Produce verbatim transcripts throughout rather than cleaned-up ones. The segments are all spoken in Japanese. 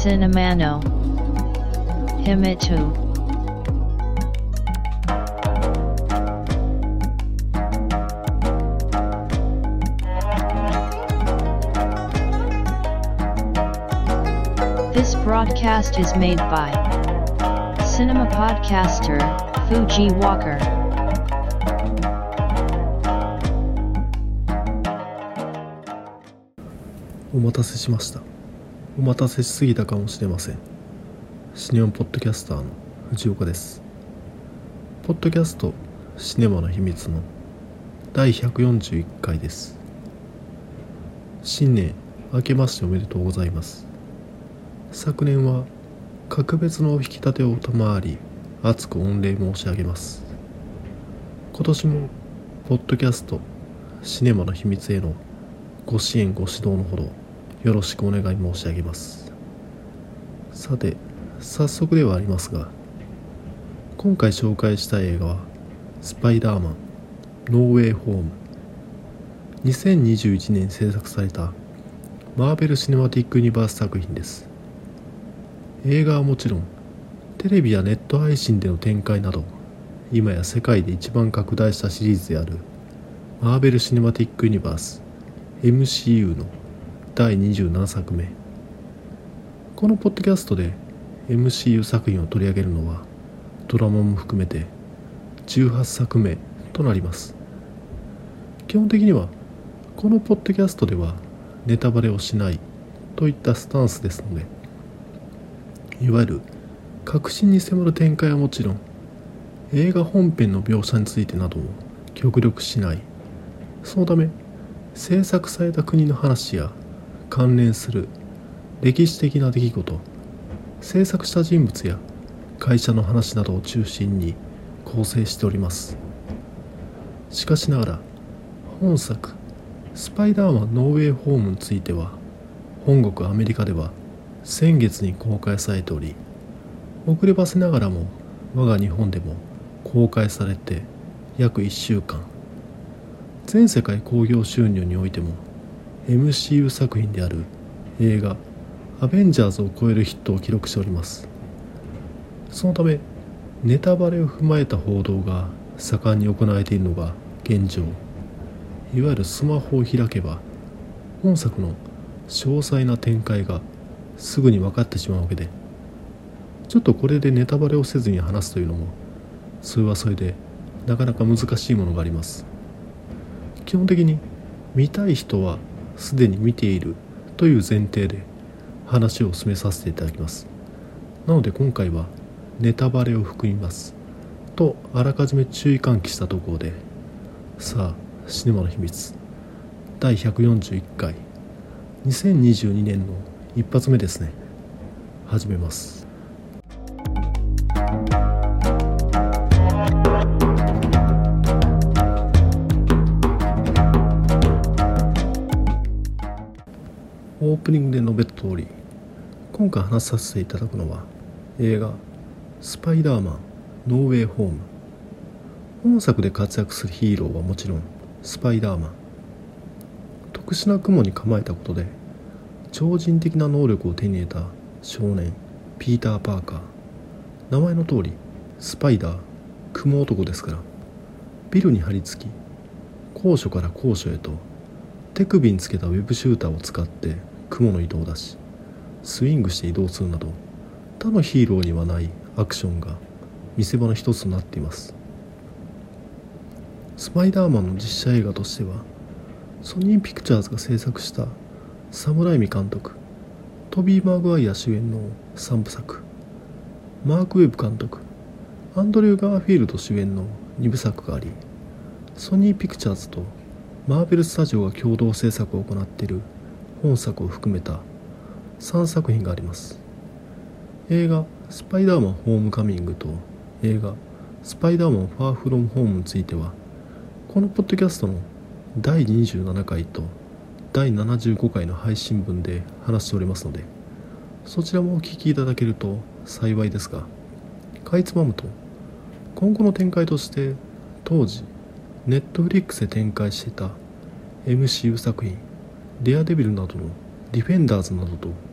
Cinemano Himitu This broadcast is made by Cinema Podcaster Fuji Walker. お待たせしました。お待たせしすぎたかもしれません。シネマポッドキャスターの藤岡です。ポッドキャストシネマの秘密のだいひゃくよんじゅういっかいです。新年明けましておめでとうございます。昨年は格別のお引き立てを賜り厚く御礼申し上げます。今年もポッドキャストシネマの秘密へのご支援ご指導のほどよろしくお願い申し上げます。さて早速ではありますが、今回紹介した映画はスパイダーマンノーウェイホーム。にせんにじゅういちねん制作されたマーベル・シネマティック・ユニバース作品です。映画はもちろんテレビやネット配信での展開など今や世界で一番拡大したシリーズであるマーベル・シネマティック・ユニバース エムシーユー のだいにじゅうななさくめ。このポッドキャストで エムシーユー 作品を取り上げるのはドラマも含めてじゅうはっさくめとなります。基本的にはこのポッドキャストではネタバレをしないといったスタンスですので、いわゆる確信に迫る展開はもちろん映画本編の描写についてなども極力しない。そのため制作された国の話や関連する歴史的な出来事、制作した人物や会社の話などを中心に構成しております。しかしながら本作スパイダーマンノーウェイホームについては本国アメリカでは先月に公開されており、遅ればせながらも我が日本でも公開されて約いっしゅうかん、全世界興行収入においても エムシーユー 作品である映画アベンジャーズを超えるヒットを記録しております。そのためネタバレを踏まえた報道が盛んに行われているのが現状。いわゆるスマホを開けば本作の詳細な展開がすぐに分かってしまうわけで、ちょっとこれでネタバレをせずに話すというのもそれはそれでなかなか難しいものがあります。基本的に見たい人はすでに見ているという前提で話を進めさせていただきます。なので今回はネタバレを含みますとあらかじめ注意喚起したところで、さあシネマの秘密だいひゃくよんじゅういっかいにせんにじゅうにねんの一発目ですね。始めます。オープニングで述べた通り、今回話させていただくのは映画スパイダーマンノーウェイホーム。本作で活躍するヒーローはもちろんスパイダーマン。特殊な雲に構えたことで超人的な能力を手に入れた少年ピーター・パーカー。名前の通りスパイダー、雲男ですから、ビルに張り付き高所から高所へと手首につけたウェブシューターを使って雲の糸を出しスイングして移動するなど他のヒーローにはないアクションが見せ場の一つとなっています。スパイダーマンの実写映画としてはソニーピクチャーズが制作したサムライミ監督、トビー・マーグワイア主演のさんぶさく、マーク・ウェブ監督、アンドリュー・ガーフィールド主演のにぶさくがあり、ソニーピクチャーズとマーベルスタジオが共同制作を行っている本作を含めたさんさく品があります。映画スパイダーマンホームカミングと映画スパイダーマンファーフロムホームについてはこのポッドキャストのだいにじゅうななかいとだいななじゅうごかいの配信分で話しておりますので、そちらもお聞きいただけると幸いですが、かいつまむと今後の展開として当時ネットフリックスで展開していた エムシーユー 作品デアデビルなどのディフェンダーズなどと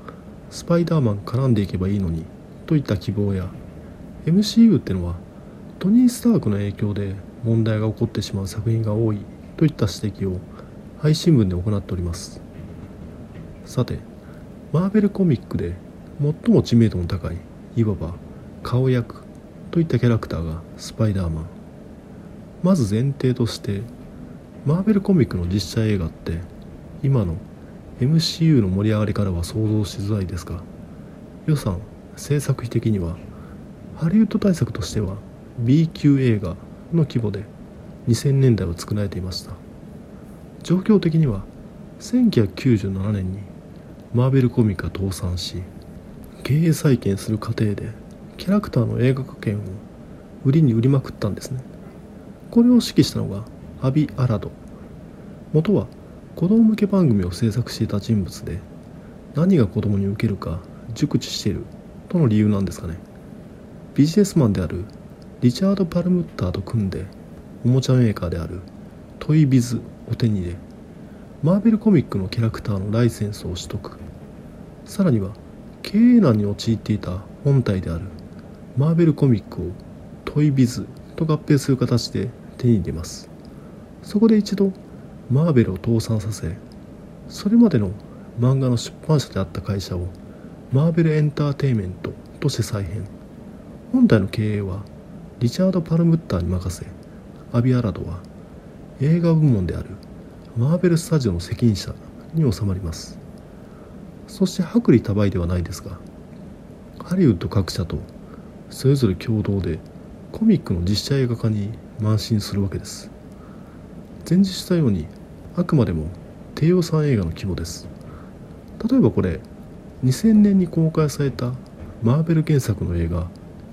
スパイダーマン絡んでいけばいいのにといった希望や、 エムシーユー ってのはトニー・スタークの影響で問題が起こってしまう作品が多いといった指摘を配信文で行っております。さて、マーベルコミックで最も知名度の高い、いわば顔役といったキャラクターがスパイダーマン。まず前提として、マーベルコミックの実写映画って今の エムシーユー の盛り上がりからは想像しづらいですが、予算、制作費的にはハリウッド大作としては ビー 級映画の規模でにせんねんだいは作られていました。状況的にはせんきゅうひゃくきゅうじゅうななねんにマーベルコミックが倒産し、経営再建する過程でキャラクターの映画化権を売りに売りまくったんですね。これを指揮したのがアビ・アラド。元は子供向け番組を制作していた人物で、何が子供に受けるか熟知しているとの理由なんですかね。ビジネスマンであるリチャード・パルムッターと組んで、おもちゃメーカーであるトイビズを手に入れ、マーベルコミックのキャラクターのライセンスを取得。さらには経営難に陥っていた本体であるマーベルコミックをトイビズと合併する形で手に入れます。そこで一度マーベルを倒産させ、それまでの漫画の出版社であった会社をマーベルエンターテイメントとして再編。本体の経営はリチャード・パルムッターに任せ、アビ・アラドは映画部門であるマーベルスタジオの責任者に収まります。そして薄利多売ではないですが、ハリウッド各社とそれぞれ共同でコミックの実写映画化に慢心するわけです。前述したように、あくまでも低予算映画の規模です。例えばこれ、にせんねんに公開されたマーベル原作の映画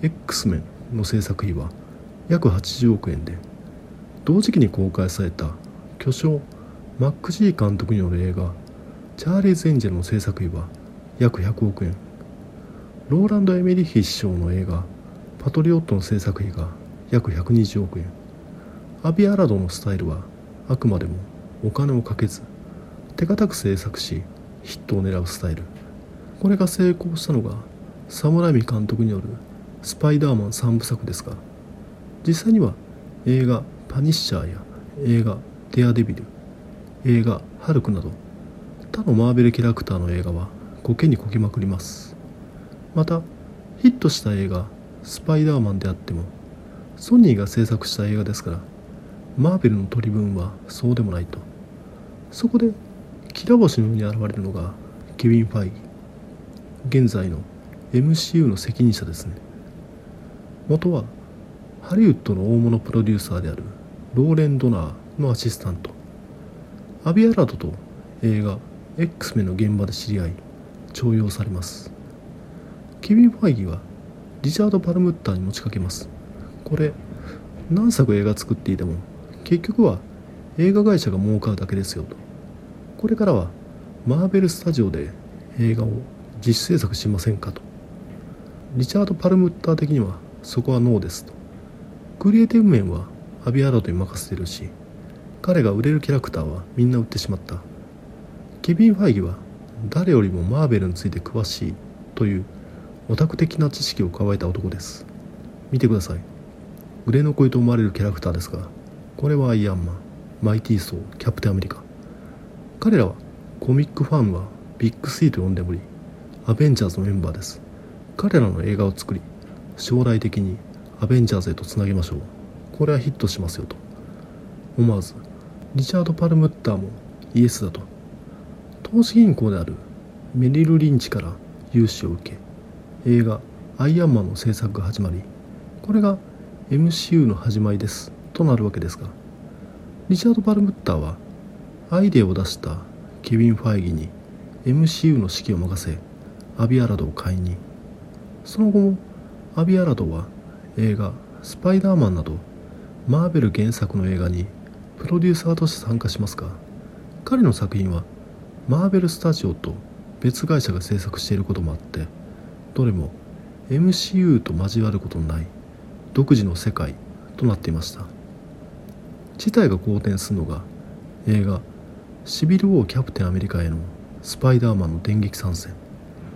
X メンの制作費は約はちじゅうおくえんで、同時期に公開された巨匠マック・ジー監督による映画チャーリーズ・エンジェルの制作費は約ひゃくおくえん、ローランド・エメリヒ師匠の映画パトリオットの制作費が約ひゃくにじゅうおくえん。アビ・アラドのスタイルはあくまでもお金をかけず手堅く制作しヒットを狙うスタイル。これが成功したのがサムライミ監督によるスパイダーマンさんぶさくですが、実際には映画パニッシャーや映画デアデビル、映画ハルクなど他のマーベルキャラクターの映画はコケにこけまくります。またヒットした映画スパイダーマンであってもソニーが制作した映画ですから、マーベルの取り分はそうでもないと。そこできら星のように現れるのがケビン・ファイギ、現在の エムシーユー の責任者ですね。元はハリウッドの大物プロデューサーであるローレン・ドナーのアシスタント。アビ・アラドと映画 X メンの現場で知り合い重用されます。ケビン・ファイギはリチャード・パルムッターに持ちかけます。これ何作映画作っていても結局は映画会社が儲かるだけですよと。これからはマーベルスタジオで映画を自主制作しませんかと。リチャード・パルムッター的にはそこはノーですと。クリエイティブ面はアビ・アラドに任せてるし、彼が売れるキャラクターはみんな売ってしまった。ケビン・ファイギは誰よりもマーベルについて詳しいというオタク的な知識を加えた男です。見てください。売れ残りと思われるキャラクターですが、これはアイアンマン、マイティー・ソー、キャプテンアメリカ。彼らはコミックファンはビッグスリーと呼んでおり、アベンジャーズのメンバーです。彼らの映画を作り、将来的にアベンジャーズへとつなげましょう。これはヒットしますよと。思わずリチャード・パルムッターもイエスだと。投資銀行であるメリル・リンチから融資を受け、映画アイアンマンの制作が始まり、これが エムシーユー の始まりですとなるわけですが、リチャード・パルムッターはアイデアを出したケビン・ファイギに エムシーユー の指揮を任せ、アビ・アラドを解任。その後もアビ・アラドは映画スパイダーマンなどマーベル原作の映画にプロデューサーとして参加しますが、彼の作品はマーベルスタジオと別会社が制作していることもあって、どれも エムシーユー と交わることのない独自の世界となっていました。事態が好転するのが映画シビル・ウォー・キャプテンアメリカへのスパイダーマンの電撃参戦。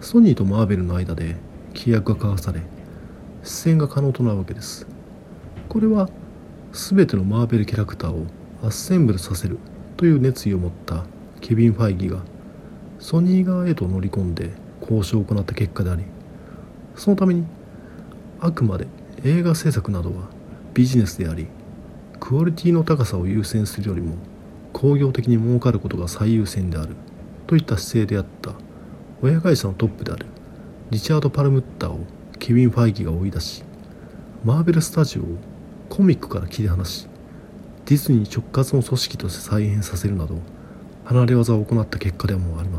ソニーとマーベルの間で契約が交わされ、出演が可能となるわけです。これは全てのマーベルキャラクターをアッセンブルさせるという熱意を持ったケビン・ファイギがソニー側へと乗り込んで交渉を行った結果であり、そのためにあくまで映画制作などはビジネスであり、クオリティの高さを優先するよりも工業的に儲かることが最優先であるといった姿勢であった親会社のトップであるリチャード・パルムッターをケビン・ファイギが追い出し、マーベルスタジオをコミックから切り離し、ディズニー直轄の組織として再編させるなど離れ技を行った結果でもあります。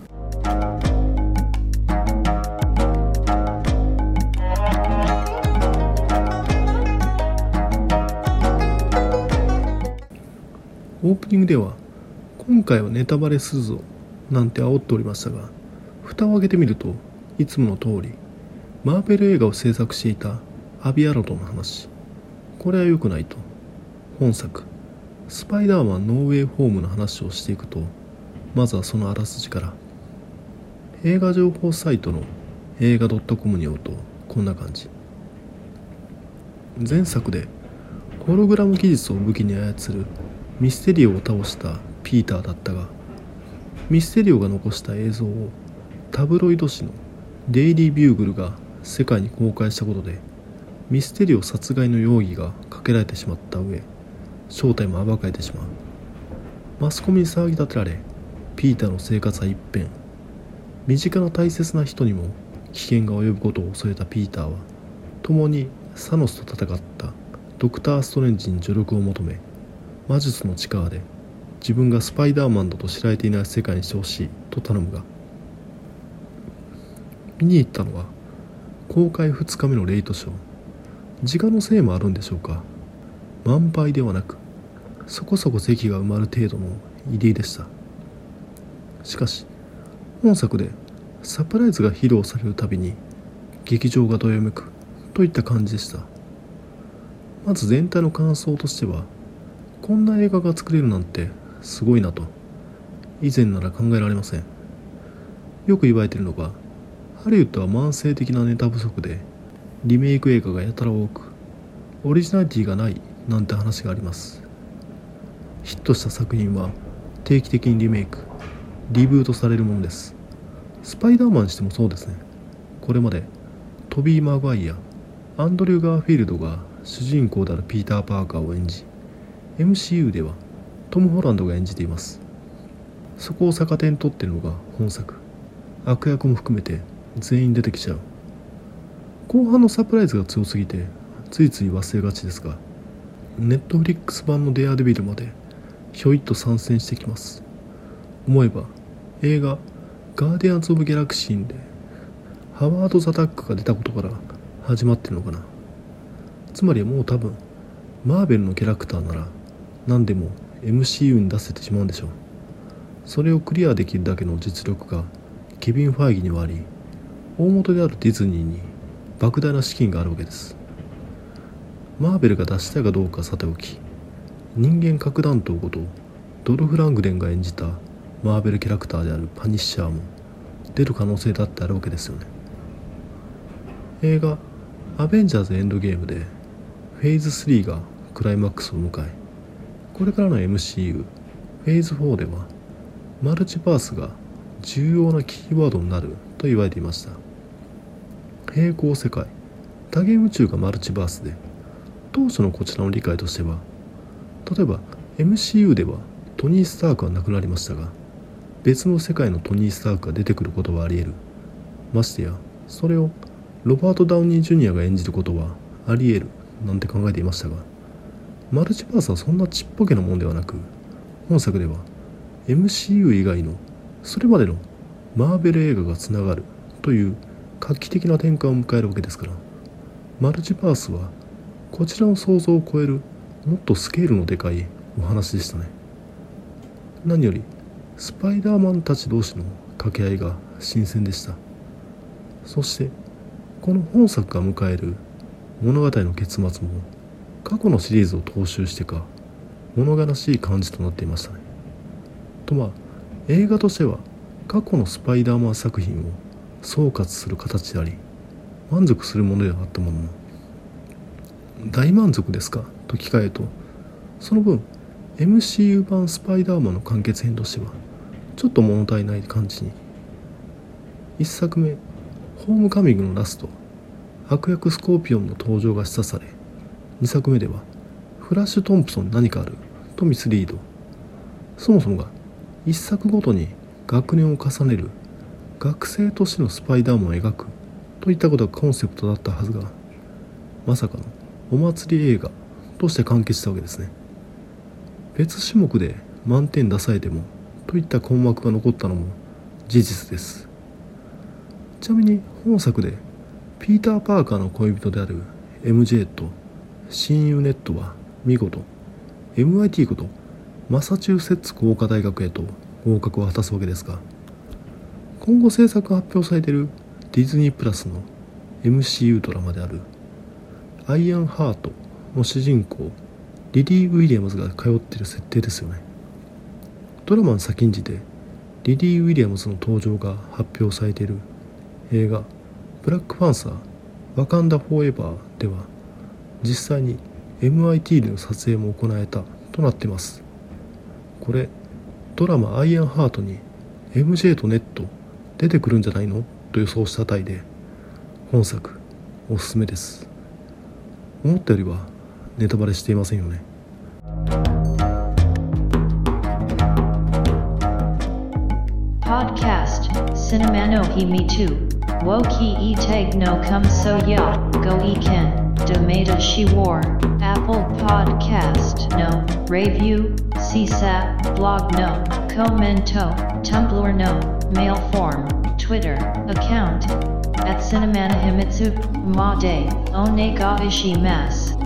オープニングでは今回はネタバレするぞなんて煽っておりましたが、蓋を開けてみるといつもの通りマーベル映画を制作していたアビアロドの話、これは良くないと本作スパイダーマンノーウェイホームの話をしていくと、まずはそのあらすじから。映画情報サイトの映画 .com によるとこんな感じ。前作でホログラム技術を武器に操るミステリオを倒したピーターだったが、ミステリオが残した映像をタブロイド紙のデイリービューグルが世界に公開したことでミステリオ殺害の容疑がかけられてしまった上、正体も暴かれてしまう。マスコミに騒ぎ立てられ、ピーターの生活は一変。身近な大切な人にも危険が及ぶことを恐れたピーターは、共にサノスと戦ったドクター・ストレンジに助力を求め、魔術の力で自分がスパイダーマンだと知られていない世界にしてほしいと頼むが、見に行ったのは公開ふつかめのレイトショー。時間のせいもあるんでしょうか、満杯ではなくそこそこ席が埋まる程度の入りでした。しかし本作でサプライズが披露されるたびに劇場がどよめくといった感じでした。まず全体の感想としては、こんな映画が作れるなんてすごいなと以前なら考えられません。よく言われているのが、ハリウッドは慢性的なネタ不足でリメイク映画がやたら多くオリジナリティがないなんて話があります。ヒットした作品は定期的にリメイク、リブートされるものです。スパイダーマンにしてもそうですね。これまでトビー・マグワイア、アンドリュー・ガーフィールドが主人公であるピーター・パーカーを演じ、 エムシーユー ではトム・ホランドが演じています。そこを逆手に取っているのが本作。悪役も含めて全員出てきちゃう。後半のサプライズが強すぎてついつい忘れがちですが、ネットフリックス版のデアデビルまでひょいっと参戦してきます。思えば映画ガーディアンズ・オブ・ギャラクシーでハワード・ザ・タックが出たことから始まってるのかな。つまりもう多分マーベルのキャラクターなら何でも エムシーユー に出せてしまうんでしょう。それをクリアできるだけの実力がケビン・ファイギにはあり、大元であるディズニーに莫大な資金があるわけです。マーベルが出したいかどうかさておき、人間核弾頭ことドルフ・ラングレンが演じたマーベルキャラクターであるパニッシャーも出る可能性だってあるわけですよね。映画アベンジャーズエンドゲームでフェーズスリーがクライマックスを迎え、これからの エムシーユー フェーズフォーではマルチバースが重要なキーワードになると言われていました。平行世界、多元宇宙がマルチバースで、当初のこちらの理解としては、例えば エムシーユー ではトニー・スタークは亡くなりましたが、別の世界のトニー・スタークが出てくることはあり得る。ましてやそれをロバート・ダウニー・ジュニアが演じることはあり得るなんて考えていましたが、マルチバースはそんなちっぽけなものではなく、本作では エムシーユー 以外のそれまでのマーベル映画がつながるという画期的な転換を迎えるわけですから、マルチバースはこちらの想像を超えるもっとスケールのでかいお話でしたね。何よりスパイダーマンたち同士の掛け合いが新鮮でした。そしてこの本作が迎える物語の結末も過去のシリーズを踏襲してか物悲しい感じとなっていましたね。とまあ映画としては過去のスパイダーマン作品を総括する形であり、満足するものではあったものの、大満足ですかと聞かれると、その分 エムシーユー 版スパイダーマンの完結編としてはちょっと物足りない感じに。いっさくめホームカミングのラスト、悪役スコーピオンの登場が示唆され、にさくめではフラッシュ・トンプソンに何かあるとミスリード。そもそもがいっさくごとに学年を重ねる学生としてのスパイダーマンを描くといったことがコンセプトだったはずが、まさかのお祭り映画として完結したわけですね。別種目で満点出されてもといった困惑が残ったのも事実です。ちなみに本作でピーター・パーカーの恋人である エムジェー と親友ネットは見事 エムアイティー ことマサチューセッツ工科大学へと合格を果たすわけですが、今後制作が発表されているディズニープラスの エムシーユー ドラマであるアイアンハートの主人公リリー・ウィリアムズが通っている設定ですよね。ドラマの先んじてリリー・ウィリアムズの登場が発表されている映画ブラックパンサーワカンダ・フォーエバーでは実際に エムアイティー での撮影も行われたとなっています。これドラマアイアンハートに エムジェー とネット出てくるんじゃないのと予想したあたりで、本作おすすめです。思ったよりはネタバレしていませんよね。 Podcast Cinema no Himi two Woki e Tag no Come So Ya Go e Ken Domata She War Apple Podcast no Review C S A T Blog no Commento Tumblr no Mail Form Twitter Account at Cinemana Himitsu Made Onega Ishimasu。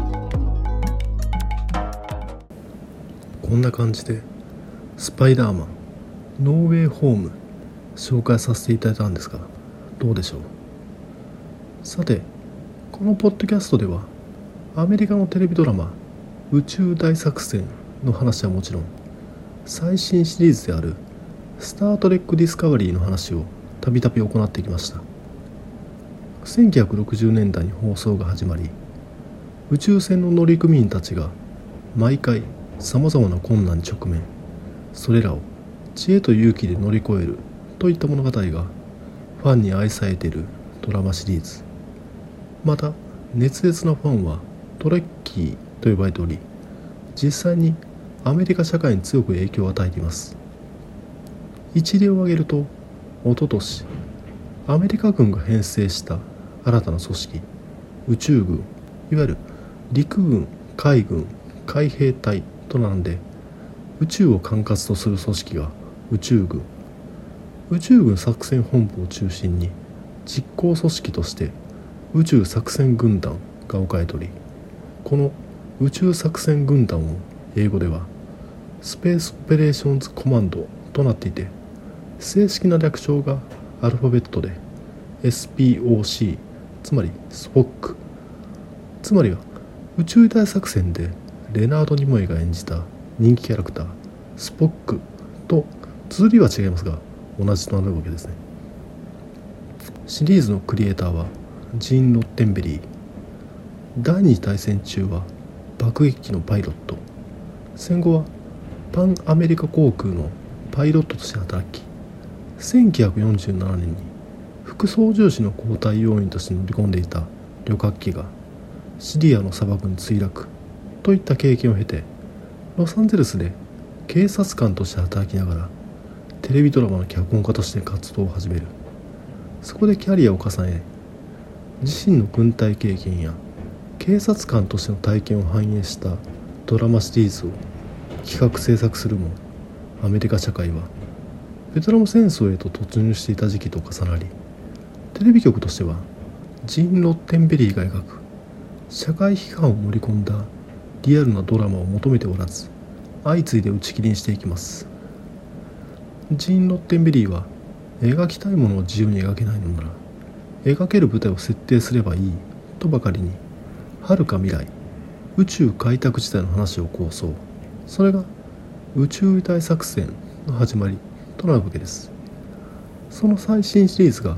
こんな感じでスパイダーマンノーウェイホーム紹介させていただいたんですが、どうでしょう。さて、このポッドキャストではアメリカのテレビドラマ宇宙大作戦の話はもちろん、最新シリーズであるスタートレックディスカバリーの話をたびたび行ってきました。せんきゅうひゃくろくじゅうねんだいに放送が始まり、宇宙船の乗組員たちが毎回さまざまな困難に直面、それらを知恵と勇気で乗り越えるといった物語がファンに愛されているドラマシリーズ。また熱烈なファンはトレッキーと呼ばれており、実際にアメリカ社会に強く影響を与えています。一例を挙げると、おととしアメリカ軍が編成した新たな組織宇宙軍、いわゆる陸軍、海軍、海兵隊と並んで宇宙を管轄とする組織が宇宙軍。宇宙軍作戦本部を中心に実行組織として宇宙作戦軍団が置かれており、この宇宙作戦軍団を英語ではスペースオペレーションズコマンドとなっていて、正式な略称がアルファベットで エスピーオーシー、 つまりスポック、つまりは宇宙大作戦でレナード・ニモイが演じた人気キャラクタースポックと綴りは違いますが同じとなるわけですね。シリーズのクリエイターはジーン・ロッテンベリー。第二次大戦中は爆撃機のパイロット、戦後はパンアメリカ航空のパイロットとして働き、せんきゅうひゃくよんじゅうななねんに副操縦士の交代要員として乗り込んでいた旅客機がシリアの砂漠に墜落といった経験を経て、ロサンゼルスで警察官として働きながらテレビドラマの脚本家として活動を始める。そこでキャリアを重ね、自身の軍隊経験や警察官としての体験を反映したドラマシリーズを企画制作するも、アメリカ社会はベトナム戦争へと突入していた時期と重なり、テレビ局としてはジーン・ロッテンベリーが描く社会批判を盛り込んだリアルなドラマを求めておらず、相次いで打ち切りにしていきます。ジーン・ロッテンベリーは描きたいものを自由に描けないのなら描ける舞台を設定すればいいとばかりに、遥か未来宇宙開拓時代の話を構想。それが宇宙大作戦の始まりとなるわけです。その最新シリーズが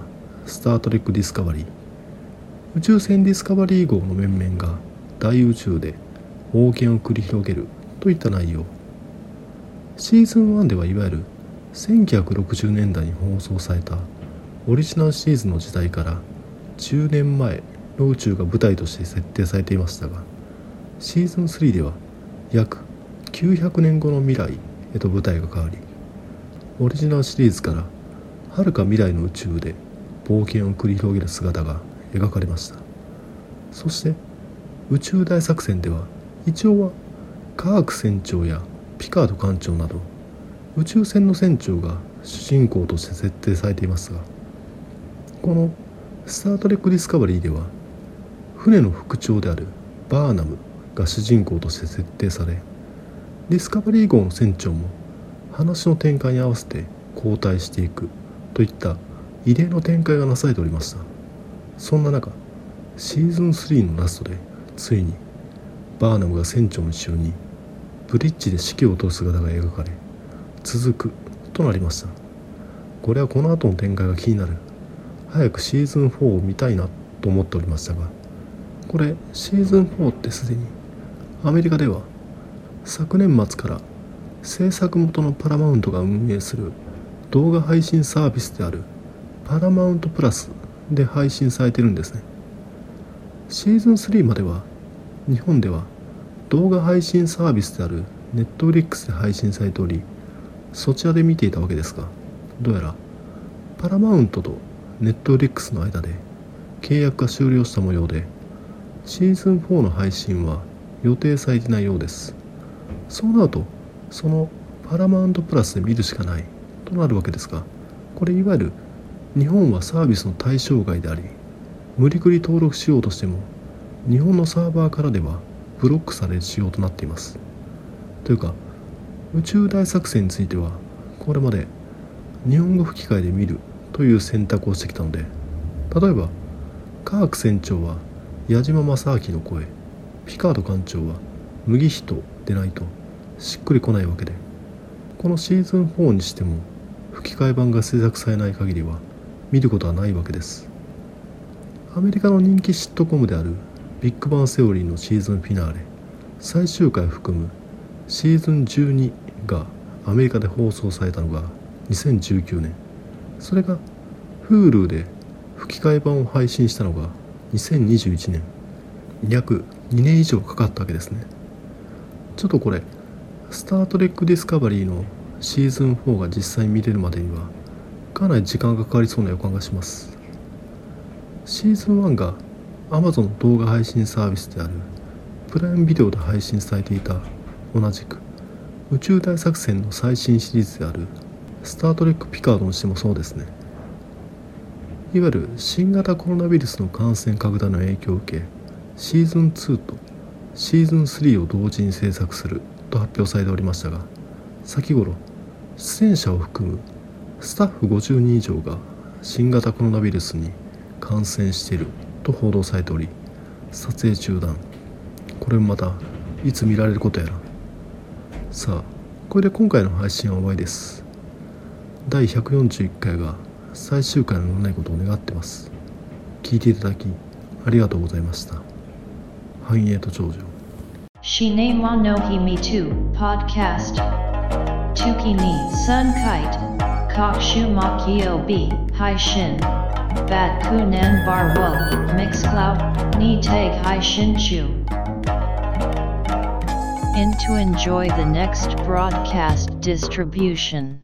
スタートレックディスカバリー。宇宙船ディスカバリー号の面々が大宇宙で冒険を繰り広げるといった内容。シーズンワンではいわゆるせんきゅうひゃくろくじゅうねんだいに放送されたオリジナルシリーズの時代からじゅうねんまえの宇宙が舞台として設定されていましたが、シーズンスリーでは約きゅうひゃくねんごの未来へと舞台が変わり、オリジナルシリーズからはるか未来の宇宙で冒険を繰り広げる姿が描かれました。そして宇宙大作戦では一応はカーク船長やピカード艦長など宇宙船の船長が主人公として設定されていますが、このスタートレックディスカバリーでは船の副長であるバーナムが主人公として設定され、ディスカバリー号の船長も話の展開に合わせて交代していくといった異例の展開がなされておりました。そんな中、シーズンスリーのラストでついにバーナムが船長に就任、ブリッジで指揮を執る姿が描かれ続くとなりました。これはこの後の展開が気になる。早くシーズンフォーを見たいなと思っておりましたが、これシーズンフォーってすでにアメリカでは昨年末から制作元のパラマウントが運営する動画配信サービスであるパラマウントプラスで配信されているんですね。シーズンスリーまでは日本では動画配信サービスであるネットフリックスで配信されており、そちらで見ていたわけですが、どうやらパラマウントとネットフリックスの間で契約が終了した模様で、シーズンフォーの配信は予定されていないようです。そうなるとそのパラマウントプラスで見るしかないとなるわけですが、これいわゆる日本はサービスの対象外であり、無理くり登録しようとしても日本のサーバーからではブロックされる仕様となっています。というか、宇宙大作戦についてはこれまで日本語吹き替えで見るという選択をしてきたので、例えばカーク船長は矢島正明の声、ピカード艦長は麦人でないとしっくりこないわけで、このシーズンフォーにしても吹き替え版が制作されない限りは見ることはないわけです。アメリカの人気シットコムであるビッグバンセオリーのシーズンフィナーレ最終回を含むシーズンじゅうにがアメリカで放送されたのがにせんじゅうきゅうねん、それが Hulu で吹き替え版を配信したのがにせんにじゅういちねん、約にねん以上かかったわけですね。ちょっとこれスタートレックディスカバリーのシーズンフォーが実際に見れるまでにはかなり時間がかかりそうな予感がします。シーズンワンが Amazon の動画配信サービスであるプライムビデオで配信されていた同じく宇宙大作戦の最新シリーズであるスタートレックピカードにしてもそうですね。いわゆる新型コロナウイルスの感染拡大の影響を受け、シーズンツーとシーズンスリーを同時に制作すると発表されておりましたが、先頃出演者を含むスタッフごじゅうにん以上が新型コロナウイルスに感染していると報道されており、撮影中断。これもまたいつ見られることやら。さあ、これで今回の配信は終わりです。だいひゃくよんじゅういっかいが最終回にならないことを願ってます。聞いていただきありがとうございました。繁栄と長寿。 Shine wa no himi to podcast. Tuki ni sun kite. Kokshu makio b hai shin. Bat kunan bar wo mixcloud ni tag hai shin chu. In to enjoy the next broadcast distribution.